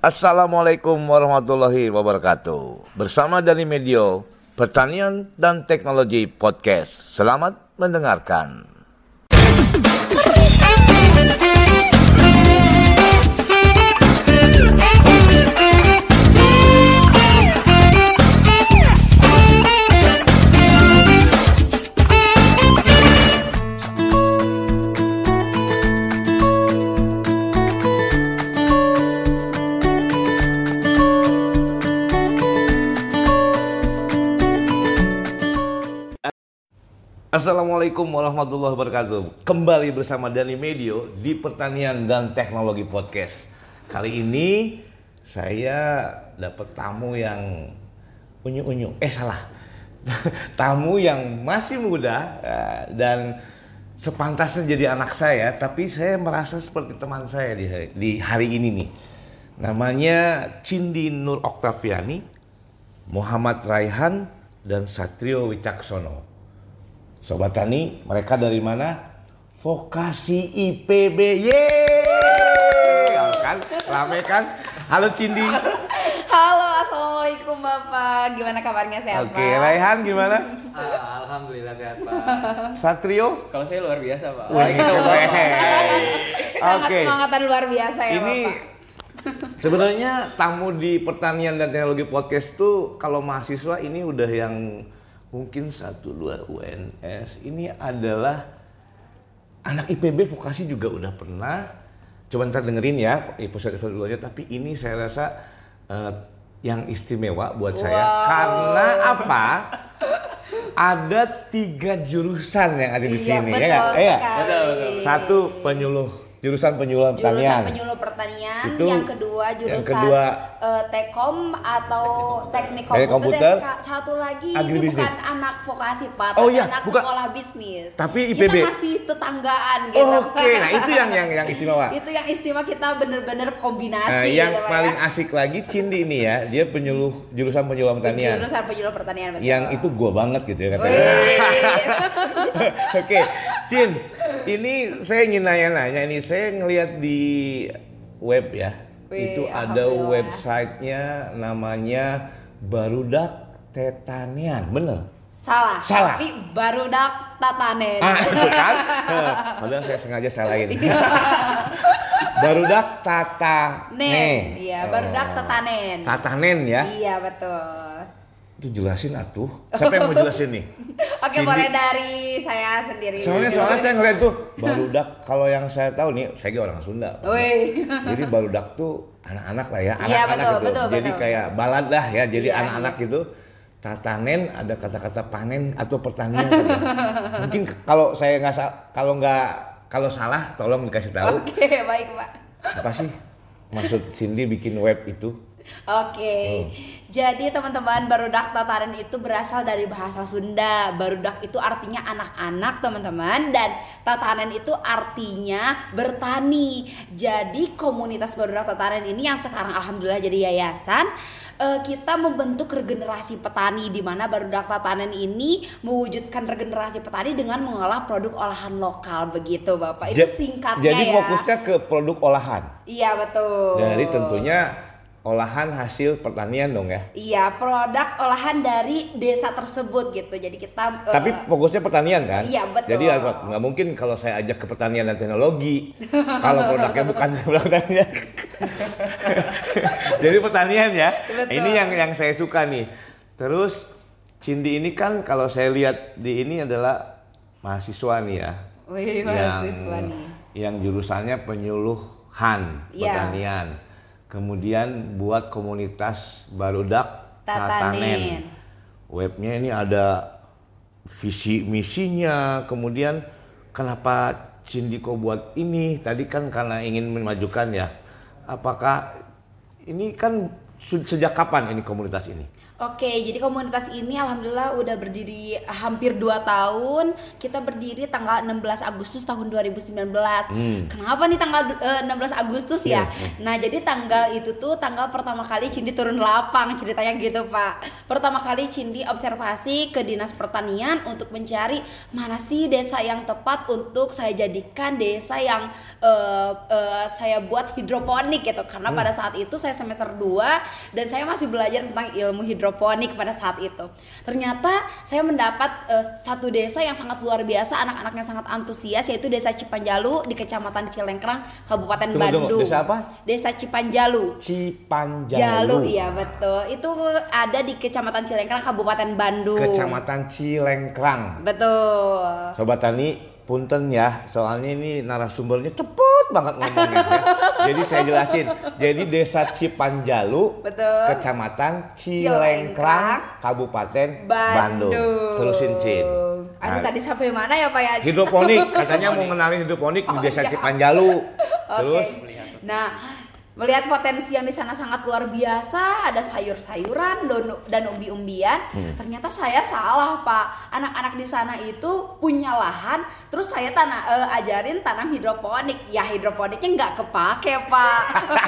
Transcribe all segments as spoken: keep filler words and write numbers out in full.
Assalamualaikum warahmatullahi wabarakatuh. Bersama Dani Medio, Pertanian dan Teknologi Podcast. Selamat mendengarkan. Assalamualaikum warahmatullahi wabarakatuh. Kembali bersama Dani Medio di Pertanian dan Teknologi Podcast. Kali ini saya dapat tamu yang unyu-unyu. Eh salah. Tamu yang masih muda dan sepantasnya jadi anak saya, tapi saya merasa seperti teman saya di hari, di hari ini nih. Namanya Cindy Nur Oktaviani, Muhammad Raihan, dan Satrio Wicaksono. Sobat Tani, mereka dari mana? Vokasi I P B. Yeay! Kan, rame kan? Halo Cindy. Halo, assalamualaikum Bapak. Gimana kabarnya, sehat Oke, Pak? Raihan gimana? Ah, Alhamdulillah sehat Pak. Satrio? Kalau saya luar biasa Pak. Wah, gitu. Sangat semangat dan luar biasa ya Ini Bapak. Sebenarnya tamu di Pertanian dan Teknologi Podcast tuh kalau mahasiswa ini udah yang mungkin satu dua U N S, ini adalah anak I P B vokasi juga udah pernah. Coba ntar dengerin ya episode-episode dulunya, tapi ini saya rasa uh, yang istimewa buat wow. saya karena apa? Ada tiga jurusan yang ada di iya, sini betul ya nggak? Iya. Betul, betul. Satu penyuluh jurusan penyuluh pertanian. Jurusan penyuluh pertanian, Itu, yang kedua jurusan yang kedua, uh, Tekom atau teknik teknik komputer, komputer, dan satu lagi ini agribisnis. bukan anak vokasi Pak, Oh, tapi iya, anak bukan. sekolah bisnis. Tapi I P B. Kita masih tetanggaan gitu. Oke, okay, nah itu yang yang yang istimewa. Itu yang istimewa, kita bener-bener kombinasi. Nah, yang gitu, Pak, paling ya. asik lagi Cindy ini ya, dia penyuluh jurusan penyuluh pertanian. Jurusan penyuluh pertanian, betul. Yang itu gua banget gitu ya katanya. Oke, Cin, ini saya ingin nanya-nanya ini, saya ngelihat di web ya, Wih, itu ada websitenya namanya Barudak Tetanian, bener? Salah, Salah. tapi Barudak Tatanen. Ah, itu kan? Padahal saya sengaja salahin. Barudak Tatanen. Iya, Barudak Tatanen. Tatanen ya? Iya, betul. Itu jelasin atuh. Siapa yang mau jelasin nih? Oke, Cindy. boleh dari saya sendiri. Soalnya dulu. soalnya saya ngeliat tuh barudak, kalau yang saya tahu nih, saya juga orang Sunda. Wih. Jadi barudak tuh anak-anak lah ya, Iya, anak-anak betul, gitu. betul, Jadi betul. kayak balad lah ya, jadi Iya, anak-anak iya. gitu. Tatanen ada kata-kata panen atau pertanian. Gitu. Mungkin kalau saya nggak kalau nggak kalau salah, tolong dikasih tahu. Oke, baik Pak. Apa sih maksud Cindy bikin web itu? Oke, Hmm. jadi teman-teman, Barudak Tatanen itu berasal dari bahasa Sunda. Barudak itu artinya anak-anak teman-teman, dan Tatanen itu artinya bertani. Jadi komunitas Barudak Tatanen ini yang sekarang alhamdulillah jadi yayasan, eh, kita membentuk regenerasi petani, di mana Barudak Tatanen ini mewujudkan regenerasi petani dengan mengolah produk olahan lokal, begitu Bapak. Itu Ja- singkatnya Jadi ya. fokusnya ke produk olahan. Iya, betul. Dari tentunya olahan hasil pertanian dong ya. Iya, produk olahan dari desa tersebut gitu. Jadi kita Tapi uh, fokusnya pertanian kan? Iya, betul. Jadi apa, nggak mungkin kalau saya ajak ke pertanian dan teknologi kalau produknya bukan pertanian. Jadi pertanian ya. Betul. Ini yang yang saya suka nih. Terus Cindy ini kan kalau saya lihat di ini adalah mahasiswa nih ya. Wih, yang, mahasiswa nih. Yang jurusannya penyuluhan Iya. pertanian. Kemudian buat komunitas Barudak Tatanen. Tatanen. Webnya ini ada visi misinya, kemudian kenapa Cindy kok buat ini? Tadi kan karena ingin memajukan ya. Apakah ini kan sejak kapan ini komunitas ini? Oke, jadi komunitas ini alhamdulillah udah berdiri hampir dua tahun. Kita berdiri tanggal enam belas Agustus tahun dua ribu sembilan belas. Hmm. Kenapa nih tanggal uh, enam belas Agustus ya? Hmm. Nah, jadi tanggal itu tuh tanggal pertama kali Cindy turun lapang, ceritanya gitu, Pak. Pertama kali Cindy observasi ke Dinas Pertanian untuk mencari mana sih desa yang tepat untuk saya jadikan desa yang uh, uh, saya buat hidroponik gitu. Karena hmm. pada saat itu saya semester dua dan saya masih belajar tentang ilmu hidroponik hidroponik pada saat itu. Ternyata saya mendapat uh, satu desa yang sangat luar biasa, anak-anaknya sangat antusias, yaitu Desa Cipanjalu di Kecamatan Cilengkrang, Kabupaten tunggu, Bandung. Tunggu, desa apa? Desa Cipanjalu. Cipanjalu. Jalu, iya betul. Itu ada di Kecamatan Cilengkrang, Kabupaten Bandung. Kecamatan Cilengkrang. Betul. Sobat Tani, punten ya, soalnya ini narasumbernya cepet banget ngomongnya ya. Jadi saya jelasin. Jadi Desa Cipanjalu, betul. Kecamatan Cilengkrang, Cilengkrang Bandung. Kabupaten Bandung. Terusin, Cin. Aduh, nah, tadi sampai mana ya Pak ya? Hidroponik, katanya mau ngenalin hidroponik oh, di Desa iya. Cipanjalu. Terus okay. Nah, melihat potensi yang di sana sangat luar biasa, ada sayur-sayuran dan umbi-umbian. Hmm. Ternyata saya salah, Pak. Anak-anak di sana itu punya lahan, terus saya tanah uh, ajarin tanam hidroponik. Ya hidroponiknya nggak kepake, Pak.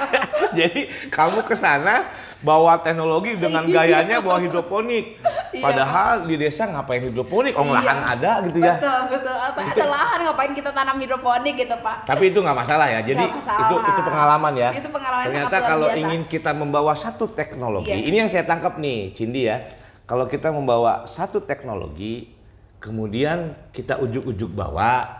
Jadi kamu ke sana bawa teknologi dengan gayanya bawa hidroponik. Padahal iya, di desa ngapain hidroponik? Oh, iya. Lahan ada gitu ya. Betul, betul. Atau ada lahan ngapain kita tanam hidroponik gitu, Pak. Tapi itu nggak masalah ya. Jadi masalah. itu itu pengalaman ya. Itu pengalaman ternyata kalau biasa. Ingin kita membawa satu teknologi, iya. Ini yang saya tangkap nih, Cindy ya. Kalau kita membawa satu teknologi, kemudian kita ujuk-ujuk bawa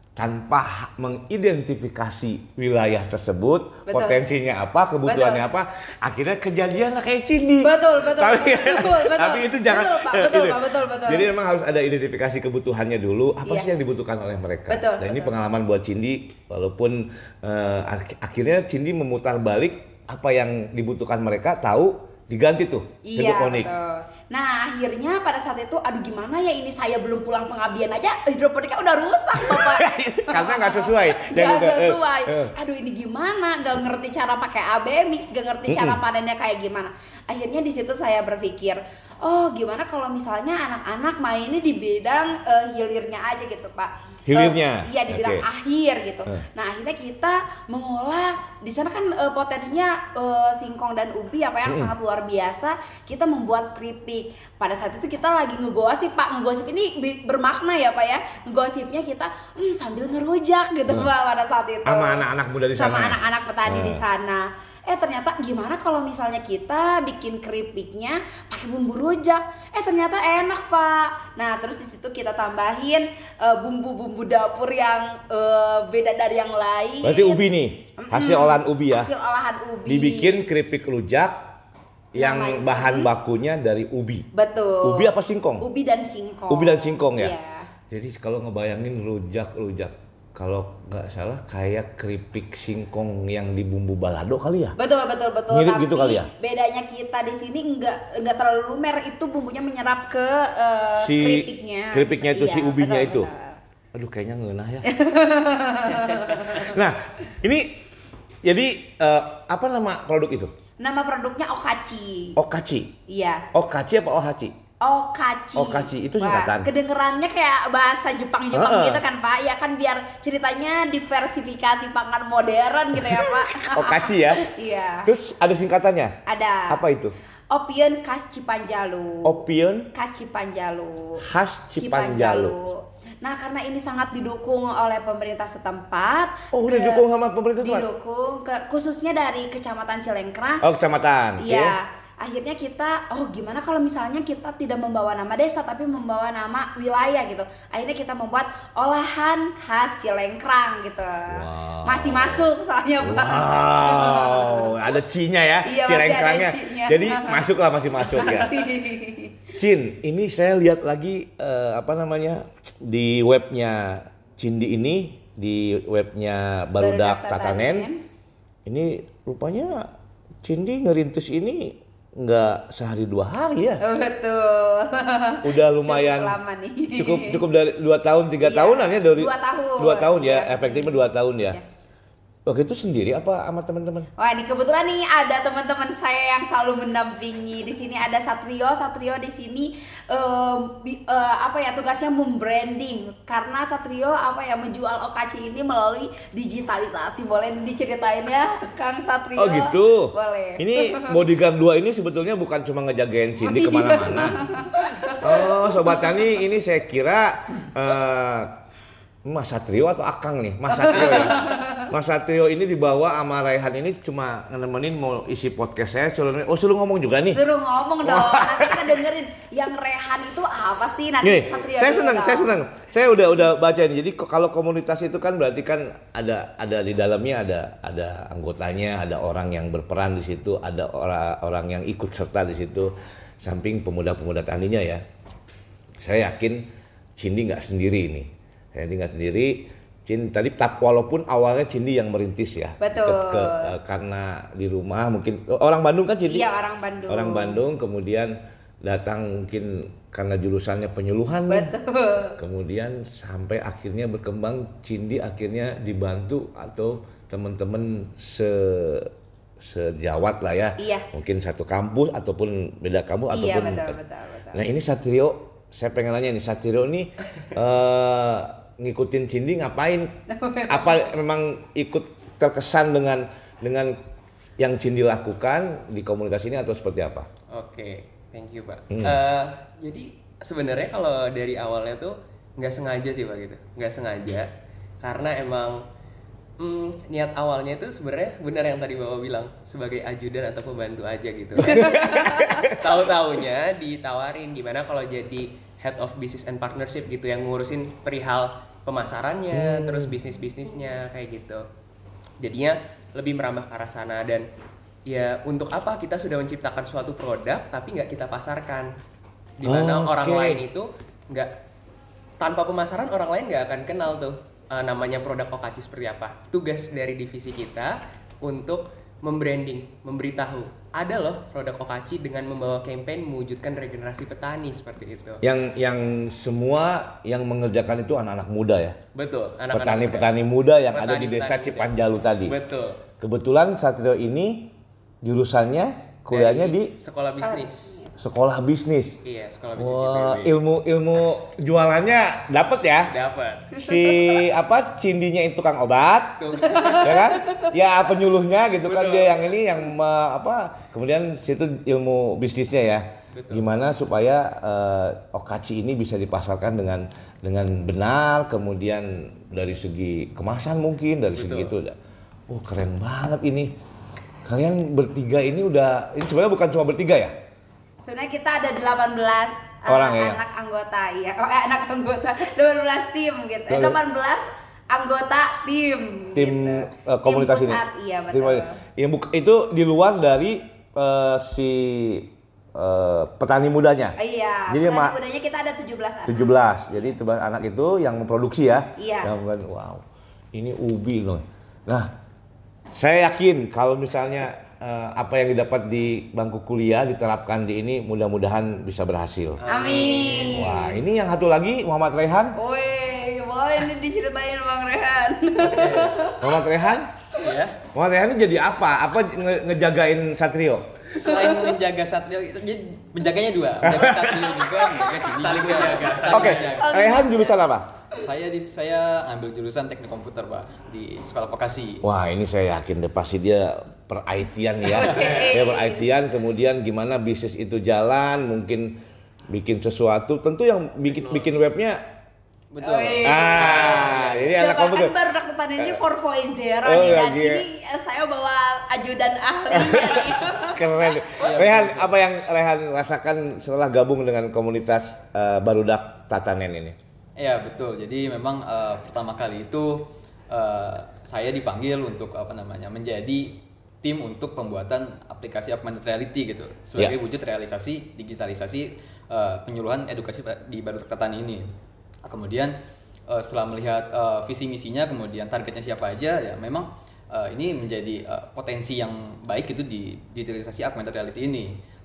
tanpa mengidentifikasi wilayah tersebut, betul. Potensinya apa, kebutuhannya betul. Apa, akhirnya kejadian kayak Cindy. Betul, betul. Tapi, betul, betul. tapi itu jangan. Betul, Pak. Betul, Pak. Betul, betul. Jadi memang harus ada identifikasi kebutuhannya dulu. Apa iya. sih yang dibutuhkan oleh mereka? Betul, Dan betul. ini pengalaman buat Cindy, walaupun uh, akhirnya Cindy memutar balik apa yang dibutuhkan mereka, tahu diganti tuh iya, hidroponik. Betul. Nah akhirnya pada saat itu aduh gimana ya ini saya belum pulang pengabdian aja hidroponiknya udah rusak Bapak. Karena nggak sesuai. Nggak sesuai. Aduh ini gimana? Nggak ngerti cara pakai A B mix, nggak ngerti cara panennya kayak gimana. Akhirnya di situ saya berpikir, oh gimana kalau misalnya anak-anak mainnya di bidang uh, hilirnya aja gitu Pak. Hilirnya. Uh, iya dibilang okay. akhir gitu. Uh. Nah akhirnya kita mengolah di sana kan uh, potensinya uh, singkong dan ubi apa yang mm. sangat luar biasa. Kita membuat keripik. Pada saat itu kita lagi ngegosip Pak. Ngegosip ini bermakna ya Pak ya. Ngegosipnya kita hmm, sambil ngerujak gitu uh. Pak pada saat itu. Sama anak-anak muda di sana. Sama anak-anak petani uh. di sana. Eh ternyata gimana kalau misalnya kita bikin keripiknya pakai bumbu rujak? Eh ternyata enak Pak. Nah terus di situ kita tambahin uh, bumbu-bumbu dapur yang uh, beda dari yang lain. Berarti ubi nih, hasil olahan ubi ya? Hasil olahan ubi. Dibikin keripik rujak yang namanya bahan bakunya dari ubi. Betul. Ubi apa singkong? Ubi dan singkong. Ubi dan singkong ya? Iya. Jadi kalau ngebayangin rujak-rujak, kalau nggak salah kayak keripik singkong yang di bumbu balado kali ya? Betul betul betul. Mirip tapi gitu kali ya? Bedanya kita di sini nggak nggak terlalu lumer, itu bumbunya menyerap ke uh, si keripiknya. Keripiknya itu iya, si ubinya betul, itu. Betul. Aduh kayaknya ngeunah ya. Nah ini jadi uh, apa nama produk itu? Nama produknya Okachi. Okachi. Iya. Okachi apa Ohachi? Okachi. Okachi itu singkatan. Wah, kedengerannya kayak bahasa Jepang-Jepang uh, gitu kan Pak. Ya kan biar ceritanya diversifikasi pangan modern gitu ya Pak. Okachi ya. Iya. Terus ada singkatannya? Ada. Apa itu? Opion khas Cipanjalu. Opion khas Cipanjalu. Khas Cipanjalu. Cipanjalu. Nah karena ini sangat didukung oleh pemerintah setempat. Oh udah didukung sama pemerintah setempat? Didukung, ke, khususnya dari Kecamatan Cilengkrang. Oh kecamatan. Iya. Okay. Akhirnya kita, oh gimana kalau misalnya kita tidak membawa nama desa tapi membawa nama wilayah gitu. Akhirnya kita membuat olahan khas Cilengkrang gitu. Wow. Masih masuk soalnya Pak. Wow, ada C-nya ya, iya, Cilengkrangnya. Jadi masuk lah, masih masuk ya. Cin, ini saya lihat lagi uh, apa namanya di webnya Cindy ini, di webnya Barudak Tatanen. Ini rupanya Cindy ngerintis ini nggak sehari dua hari ya? Oh, betul. Udah lumayan cukup lama nih. Cukup cukup dari dua tahun tiga iya, tahunan ya dari dua tahun. Dua tahun ya, ya. Efektifnya dua tahun ya. ya. Waktu itu sendiri apa sama teman-teman? Wah, ini kebetulan nih ada teman-teman saya yang selalu mendampingi. Di sini ada Satrio, Satrio di sini um, bi, uh, apa ya tugasnya membranding karena Satrio apa ya menjual O K C ini melalui digitalisasi. Boleh diceritain ya, Kang Satrio? Oh gitu. Boleh. Ini Bodyguard dua ini sebetulnya bukan cuma ngejagain Cindy kemana-mana. Oh, Sobat Tani, ini saya kira uh, Mas Satrio atau Akang nih? Mas Satrio ya. Mas Satrio ini dibawa sama Raihan ini cuma nemenin mau isi podcast saya. Suruh, oh suruh ngomong juga nih? Suruh ngomong dong. Nanti kita dengerin yang Raihan itu apa sih? Nanti nih, Satrio saya dulu senang, dong. saya senang. Saya udah udah baca ini. Jadi kalau komunitas itu kan berarti kan ada ada di dalamnya ada ada anggotanya, ada orang yang berperan di situ, ada orang orang yang ikut serta di situ. Samping pemuda-pemuda taninya ya. Saya yakin Cindy nggak sendiri ini. Saya tinggal sendiri, Cin tadi tap walaupun awalnya Cindy yang merintis ya. Betul. Ke, ke, uh, karena di rumah mungkin orang Bandung kan Cindy. Iya, orang Bandung. Orang Bandung kemudian datang mungkin karena jurusannya penyuluhan. Betul. Kemudian sampai akhirnya berkembang Cindy akhirnya dibantu atau teman-teman se sejawat lah ya. Iya. Mungkin satu kampus ataupun beda kampus Iya, ataupun betul, betul, betul. Nah, ini Satrio, saya pengen nanya nih Satrio ini uh, ngikutin Cindy ngapain? Apa memang ikut terkesan dengan dengan yang Cindy lakukan di komunitas ini atau seperti apa? Oke, thank you Pak. Hmm. Uh, jadi sebenarnya kalau dari awalnya tuh nggak sengaja sih Pak gitu, nggak sengaja karena emang mm, niat awalnya itu sebenarnya benar yang tadi Bapak bilang sebagai ajudan atau pembantu aja gitu. Tahu-taunya ditawarin gimana kalau jadi Head of Business and Partnership gitu yang ngurusin perihal pemasarannya, hmm. terus bisnis-bisnisnya kayak gitu. Jadinya lebih merambah ke arah sana dan ya untuk apa kita sudah menciptakan suatu produk tapi nggak kita pasarkan, dimana oh, orang okay. lain itu nggak tanpa pemasaran orang lain nggak akan kenal tuh uh, namanya produk O K C seperti apa. Tugas dari divisi kita untuk membranding, memberitahu ada loh produk O K C dengan membawa campaign mewujudkan regenerasi petani seperti itu. Yang yang semua yang mengerjakan itu anak-anak muda ya. Betul, anak-anak petani-petani muda, muda yang petani, ada di desa Cipanjalu tadi. Betul. Kebetulan Satrio ini jurusannya kuliahnya Dari di sekolah bisnis. Sekolah bisnis. Iya, sekolah bisnis. Wah, ilmu ilmu jualannya dapat ya? Dapat. Si apa Cindinya itu tukang obat, ya kan? Ya penyuluhnya gitu. Betul. Kan dia yang ini yang me, apa? Kemudian situ ilmu bisnisnya ya. Betul. Gimana supaya uh, O K C ini bisa dipasarkan dengan dengan benar, kemudian dari segi kemasan mungkin dari Betul. Segi itu. Oh keren banget ini. Kalian bertiga ini udah, ini sebenarnya bukan cuma bertiga ya? Sebenarnya kita ada delapan belas orang uh, ya? anak anggota, iya. Oh, eh, anak anggota, delapan belas tim gitu. Eh, delapan belas anggota tim. Tim gitu. uh, komunitas tim pusat, ini. Iya betul. Tim, ya, itu di luar dari uh, si uh, petani mudanya. Iya. Jadi petani ma- mudanya kita ada tujuh belas anak. tujuh belas. Jadi tujuh belas anak itu yang memproduksi ya. Iya. Yang, wow. Ini ubi loh. Nah, saya yakin kalau misalnya uh, apa yang didapat di bangku kuliah diterapkan di ini mudah-mudahan bisa berhasil. Amin. Wah, ini yang satu lagi Muhammad Rehan. Woi, boleh ini diceritain Bang Rehan. Muhammad Rehan? Iya. Muhammad Rehan ini jadi apa? Apa nge- ngejagain Satrio? Selain menjaga Satrio, jadi menjaganya dua. Menjaga Satrio juga, menjaga Cindy. Saling menjaga. Oke, okay. Rehan jurusan apa? Saya di saya ambil jurusan teknik komputer Pak di sekolah vokasi. Wah ini saya yakin deh pasti dia per I T-an ya. Dia per I T-an kemudian gimana bisnis itu jalan, mungkin bikin sesuatu. Tentu yang bikin bikin webnya. Betul. Oh, iya. Ah, jadi anak komputer. Kan baru Raktan ini empat titik nol Oh, nih dan iya. ini saya bawa ajudan ahli. Keren. Rehan, apa yang Rehan rasakan setelah gabung dengan komunitas uh, Barudak Tatanen ini? Ya betul. Jadi memang uh, pertama kali itu uh, saya dipanggil untuk apa namanya menjadi tim untuk pembuatan aplikasi augmented reality gitu sebagai ya. wujud realisasi digitalisasi uh, penyuluhan edukasi di Barudak Tani ini. Kemudian uh, setelah melihat uh, visi misinya, kemudian targetnya siapa aja, ya memang uh, ini menjadi uh, potensi yang baik itu di digitalisasi augmented reality ini.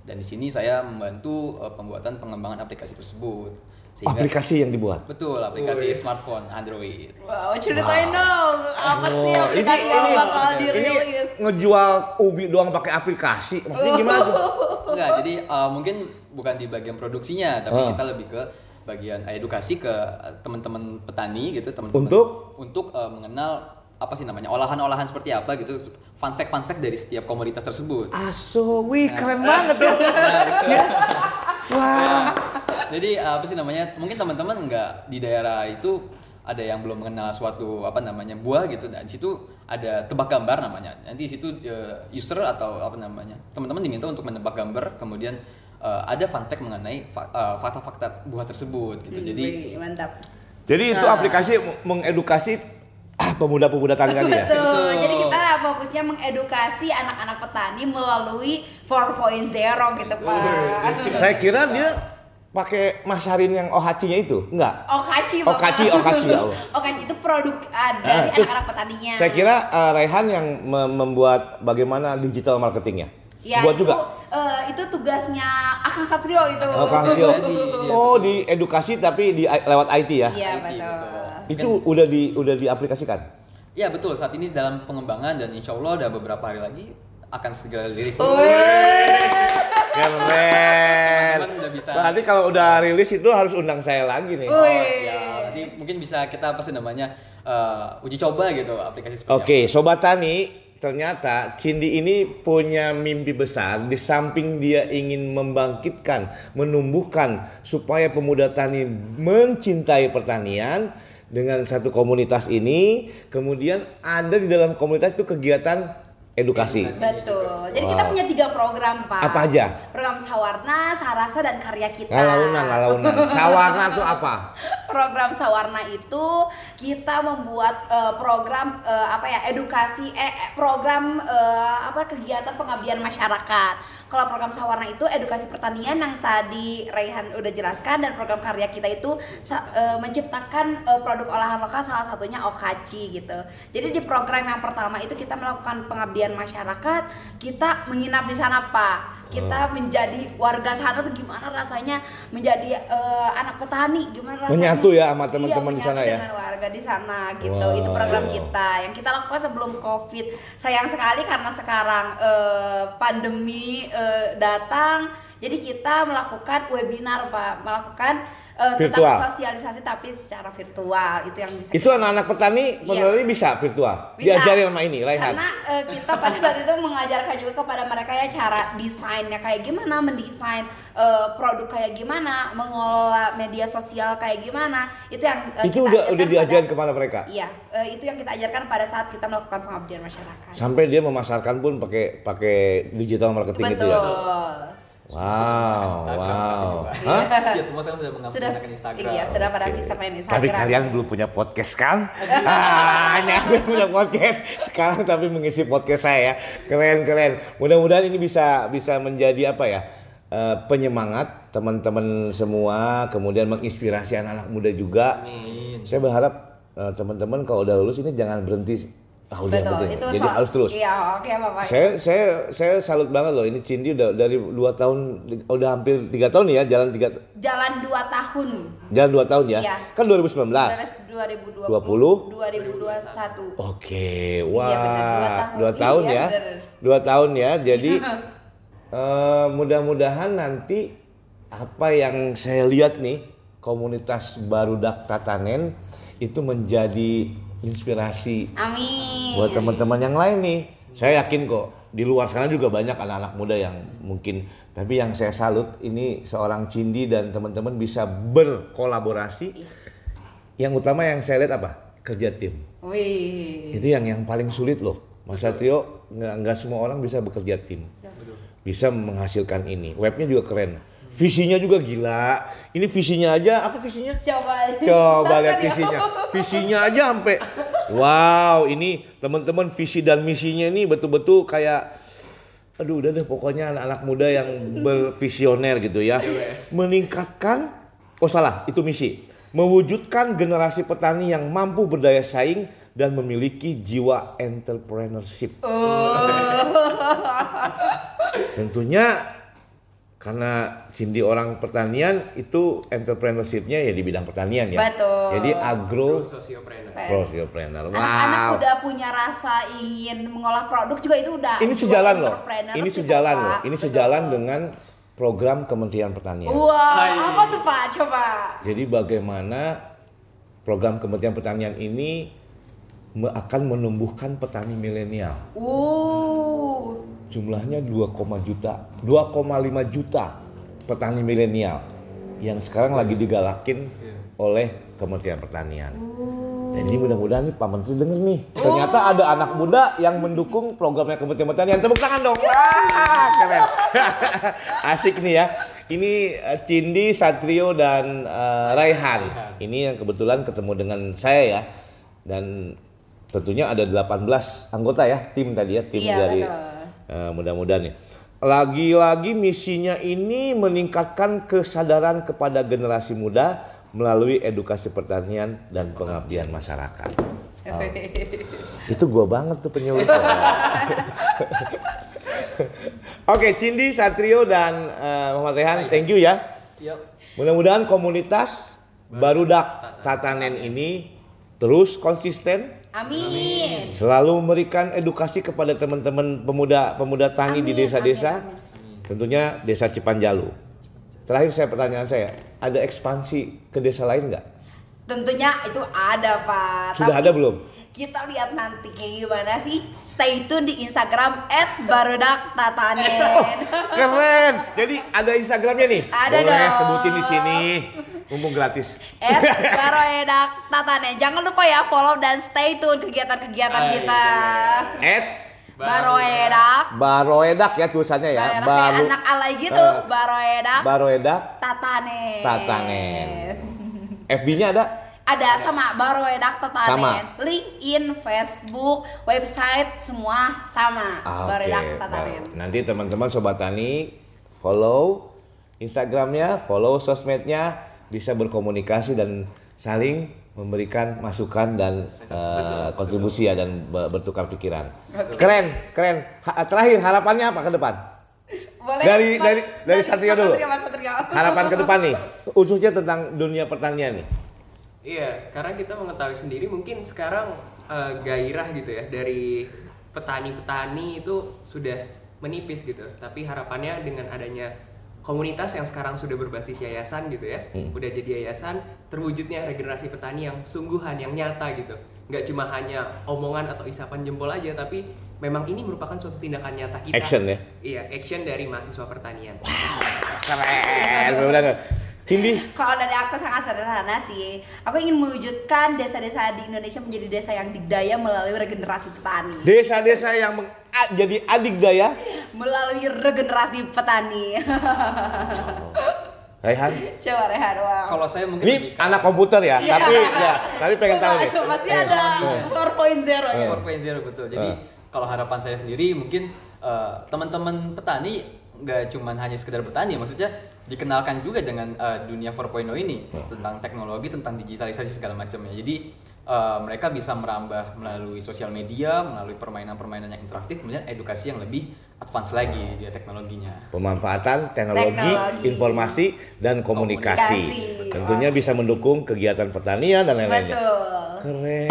Dan di sini saya membantu uh, pembuatan pengembangan aplikasi tersebut. Sehingga, aplikasi yang dibuat. Betul, aplikasi smartphone Android. Wow, ceritain dong apa sih Oh, aplikasi ini- yang ini- bakal Ini dirilis? ngejual ubi doang pakai aplikasi. Maksudnya gimana tuh? Enggak, jadi uh, mungkin bukan di bagian produksinya, tapi Ah. kita lebih ke bagian edukasi ke teman-teman petani gitu, teman-teman Untuk? untuk uh, mengenal apa sih namanya olahan-olahan seperti apa gitu, fun fact fun fact dari setiap komoditas tersebut. Aso, wih keren banget ya. Ya. Wah. Jadi uh, apa sih namanya? Mungkin teman-teman enggak di daerah itu ada yang belum mengenal suatu apa namanya buah gitu. Nah, di situ ada tebak gambar namanya. Nanti di situ uh, user atau apa namanya? Teman-teman diminta untuk menebak gambar, kemudian uh, ada fun fact mengenai fa- uh, fakta-fakta buah tersebut gitu. Hmm, Jadi wih, mantap. Jadi itu Nah. aplikasi mengedukasi ah, pemuda-pemuda tani tadi ya. Betul. Jadi kita fokusnya mengedukasi anak-anak petani melalui empat titik nol gitu, Pak. Saya kira dia pakai masarin yang ohachinya itu, enggak? Okachi, Bapak. Okachi, Okachi, ya Allah. Okachi itu produk uh, dari Ah, terus anak-anak petaninya. Saya kira uh, Raihan yang mem- membuat bagaimana digital marketingnya. Ya, Buat itu, juga. eh, itu tugasnya Akang Satrio itu. Oh, Kang Tio. Jadi, dia- Oh, di edukasi tapi di lewat I T ya. Iya, I T, betul. betul. Itu udah di udah diaplikasikan. ya betul, saat ini dalam pengembangan dan insya Allah ada beberapa hari lagi akan segera rilis. Keren. Teman-teman udah bisa. Berarti kalau udah rilis itu harus undang saya lagi nih. Oh, ya, nanti mungkin bisa kita apa sih namanya uh, uji coba gitu aplikasi seperti Oke, Sobat Tani, ternyata Cindy ini punya mimpi besar. Di samping dia ingin membangkitkan, menumbuhkan supaya pemuda tani mencintai pertanian dengan satu komunitas ini. Kemudian ada di dalam komunitas itu kegiatan edukasi. Edukasi. Betul. Jadi kita Wow. punya tiga program, Pak. Apa aja? Program Sawarna, Sarasa, dan Karya Kita. Ngalaunan, ngalaunan. Sawarna itu apa? Program Sawarna itu kita membuat eh, program eh, apa ya edukasi eh eh, program eh, apa kegiatan pengabdian masyarakat. Kalau program Sawarna itu edukasi pertanian yang tadi Raihan udah jelaskan, dan program Karya Kita itu sa- eh, menciptakan eh, produk olahan lokal, salah satunya Okachi gitu. Jadi di program yang pertama itu kita melakukan pengabdian masyarakat, kita menginap di sana, Pak. Kita menjadi warga sana tuh gimana rasanya menjadi eh, anak petani, gimana rasanya Menyatu ya sama teman-teman iya, di sana menyatu ya? dengan warga di sana gitu. Wow. Itu program kita yang kita lakukan sebelum Covid. Sayang sekali karena sekarang eh, pandemi eh, datang, jadi kita melakukan webinar, Pak, melakukan eh, Virtual. tentang sosialisasi tapi secara virtual. Itu yang bisa Itu kita- anak-anak petani, Iya. petani bisa virtual. Bisa. Diajari sama ini, Raihan. Karena eh, kita pada saat itu mengajarkan juga kepada mereka ya cara desainnya kayak gimana, mendesain eh, produk kayak gimana, mengelola media sosial kayak gimana. Itu yang eh, Itu kita udah ajarkan udah diajarin pada- kepada mereka. Iya, eh, itu yang kita ajarkan pada saat kita melakukan pengabdian masyarakat. Sampai dia memasarkan pun pakai pakai digital marketing itu Betul. ya. Wow, Instagram wow. saat ini, Pak. Hah? Ya semua sekarang sudah Sudah, menggunakan Instagram. iya, sudah pada Oke. bisa main Instagram. Tapi kalian belum punya podcast kan? Ah, hanya aku yang punya podcast sekarang tapi mengisi podcast saya. Keren keren. Mudah-mudahan ini bisa bisa menjadi apa ya? eh, penyemangat teman-teman semua, kemudian menginspirasi anak-anak muda juga. Amin. Saya berharap eh, teman-teman kalau udah lulus ini jangan berhenti. Ah, udah Betul, berhenti. itu Jadi so- harus terus. Iya, oke Bapak. Saya saya saya salut banget loh, ini Cindy udah dari dua tahun, udah hampir tiga tahun ya, jalan tiga Jalan dua tahun. jalan dua tahun ya. Iya. Kan dua ribu sembilan belas. dua ribu dua dua puluh. puluh, dua ribu dua puluh satu. Oke, wah, Iya, benar, dua tahun. dua tahun Iya, ya, benar. dua tahun ya. Jadi eh, mudah-mudahan nanti apa yang saya lihat nih komunitas Barudak Tatanen itu menjadi inspirasi Amin. buat teman-teman yang lain nih. Saya yakin kok di luar sana juga banyak anak-anak muda yang mungkin, tapi yang saya salut ini seorang Cindy dan teman-teman bisa berkolaborasi. Yang utama yang saya lihat apa? Kerja tim. Wih. Itu yang yang paling sulit loh, Mas Satrio. Nggak, nggak semua orang bisa bekerja tim, bisa menghasilkan ini. Webnya juga keren, visinya juga gila. Ini visinya aja, apa visinya? Coba. Coba lihat ya. visinya, visinya aja sampai, wow, ini teman-teman visi dan misinya ini betul-betul kayak, aduh udah deh pokoknya anak-anak muda yang bervisioner gitu ya, meningkatkan, oh salah, itu misi, mewujudkan generasi petani yang mampu berdaya saing dan memiliki jiwa entrepreneurship. Oh. Tentunya karena Cindy orang pertanian itu entrepreneurship-nya ya di bidang pertanian ya. Betul. Jadi agro Sosiopreneur. sosiopreneur. Wow. Anak-anak udah punya rasa ingin mengolah produk juga itu udah. Ini sejalan loh. entrepreneur Ini sih, sejalan Pak. loh. Ini Betul. sejalan dengan program Kementerian Pertanian. Wah, Hai. apa tuh Pak? Coba. Jadi bagaimana program Kementerian Pertanian ini me- akan menumbuhkan petani milenial. Uh. Jumlahnya dua koma juta, dua koma lima juta petani milenial yang sekarang lagi digalakin oleh Kementerian Pertanian. Dan ini mudah-mudahan nih Pak Menteri denger nih. Ternyata ada anak muda yang mendukung programnya Kementerian Pertanian. Tepuk tangan dong. Wah, keren. Asik nih ya. Ini uh, Cindy, Satrio dan uh, Raihan. Ini yang kebetulan ketemu dengan saya ya. Dan tentunya ada delapan belas anggota ya, tim tadi ya, tim Iya, dari betul. uh, mudah-mudahan nih. Lagi-lagi misinya ini meningkatkan kesadaran kepada generasi muda melalui edukasi pertanian dan pengabdian masyarakat. Oh. Itu gua banget tuh penyuluh. Oke, Cindy, Satrio dan uh, Muhammad Rehan, thank you ya. Yuk. Mudah-mudahan komunitas Barudak Tatanen ini terus konsisten, Amin. selalu memberikan edukasi kepada teman-teman pemuda-pemuda tani di Amin, desa-desa. amin, amin. Tentunya Desa Cipanjalu. Terakhir saya pertanyaan saya, ada ekspansi ke desa lain nggak? Tentunya itu ada Pak. Sudah Tapi ada belum? Kita lihat nanti kayak gimana sih. Stay tune di Instagram et barudak tatanen. Keren. Jadi ada Instagramnya nih. Ada Boleh dong. sebutin di sini. Mumpung gratis. et barudak tatanen. Jangan lupa ya follow dan stay tune kegiatan-kegiatan Hai, kita. At Baroedak. Baroedak ya tulisannya ya. Kayak Baru anak alay gitu. eh, Baroedak Baroedak tatanen. Tatanen. F B-nya ada? Ada sama Baroedak Tatanen. Sama. LinkedIn, Facebook, website semua sama. Ah, Baroedak oke, Tatanen. baru. Nanti teman-teman Sobat Tani follow Instagramnya, follow sosmednya, bisa berkomunikasi dan saling memberikan masukan dan uh, kontribusi ya dan be- bertukar pikiran. Keren, keren. Ha- terakhir harapannya apa ke depan? Boleh, Dari- Mas- dari- dari Satrio Mas dulu. Satrio, Mas Satrio. Harapan ke depan nih, khususnya tentang dunia pertanian nih. Iya, karena kita mengetahui sendiri mungkin sekarang eh, gairah gitu ya dari petani-petani itu sudah menipis gitu. Tapi harapannya dengan adanya komunitas yang sekarang sudah berbasis yayasan gitu ya, Hmm. udah jadi yayasan, terwujudnya regenerasi petani yang sungguhan, yang nyata gitu. Nggak cuma hanya omongan atau isapan jempol aja, tapi memang ini merupakan suatu tindakan nyata kita. Action ya? Iya, action dari mahasiswa pertanian. Keren, bener-bener. Cindy, Kalau dari aku sangat sederhana sih. Aku ingin mewujudkan desa-desa di Indonesia menjadi desa yang dikdaya melalui regenerasi petani. desa-desa yang meng- a- jadi adikdaya, Melalui regenerasi petani. Raihan. Coba Rehan, wow. Kalau saya mungkin Ini lebih ke anak komputer ya, Iya. tapi ya, tapi pengen Coba, tahu nih. itu masih ada empat titik nol ya. empat titik nol betul. Jadi kalau harapan saya sendiri mungkin eh, teman-teman petani nggak cuma hanya sekedar petani, maksudnya dikenalkan juga dengan eh, dunia empat titik nol ini tentang teknologi, tentang digitalisasi segala macamnya. Jadi eh, mereka bisa merambah melalui sosial media, melalui permainan-permainan yang interaktif, kemudian edukasi yang lebih advance lagi dia teknologinya. Pemanfaatan teknologi, Teknologi. informasi dan komunikasi. Komunikasi. Tentunya bisa mendukung kegiatan pertanian dan lain-lainnya. Betul.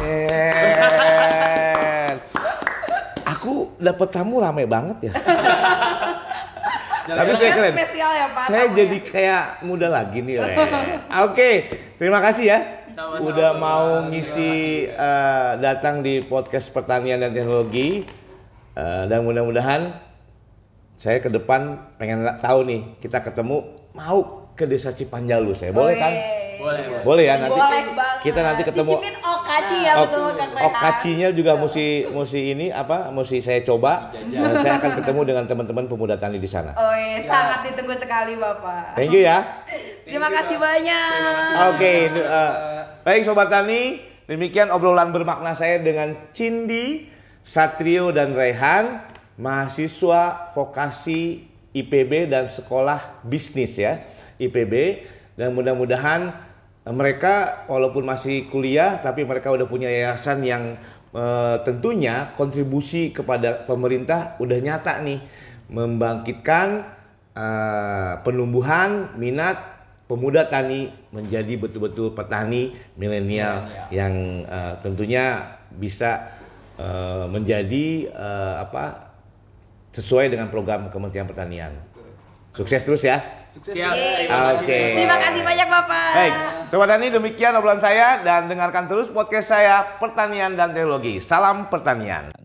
Keren. Aku dapat tamu rame banget ya. Tapi saya keren. Spesial ya Pak. Saya tamunya. jadi kayak muda lagi nih, Le. Oke, terima kasih ya. Sama-sama. Udah mau ngisi eh, datang di podcast pertanian dan teknologi. Eh, dan mudah-mudahan saya ke depan pengen la- tahu nih, kita ketemu mau ke Desa Cipanjalu saya. Boleh kan? Boleh, boleh. Boleh ya nanti. Boleh banget. Kita nanti ketemu. Cicipin okaci ya Ok- betul Kang Rehan. Okacinya juga mesti mesti ini apa? Mesti saya coba. Dan saya akan ketemu dengan teman-teman pemuda tani di sana. Oh iya, sangat ditunggu sekali Bapak. Thank you ya. Terima Thank you, kasih Pak. banyak. Terima kasih. Oke, itu, eh, baik Sobat Tani, demikian obrolan bermakna saya dengan Cindy, Satrio dan Raihan, mahasiswa vokasi I P B dan sekolah bisnis ya, I P B, dan mudah-mudahan eh, mereka walaupun masih kuliah tapi mereka udah punya yayasan yang eh, tentunya kontribusi kepada pemerintah udah nyata nih, membangkitkan uh, penumbuhan minat pemuda tani menjadi betul-betul petani milenial yang uh, tentunya bisa uh, menjadi uh, apa sesuai dengan program Kementerian Pertanian. Sukses terus ya. Sukses. Siap. Oke. Okay. Terima kasih banyak Bapak. Baik, Sobat Tani, demikian obrolan saya dan dengarkan terus podcast saya Pertanian dan Teknologi. Salam pertanian.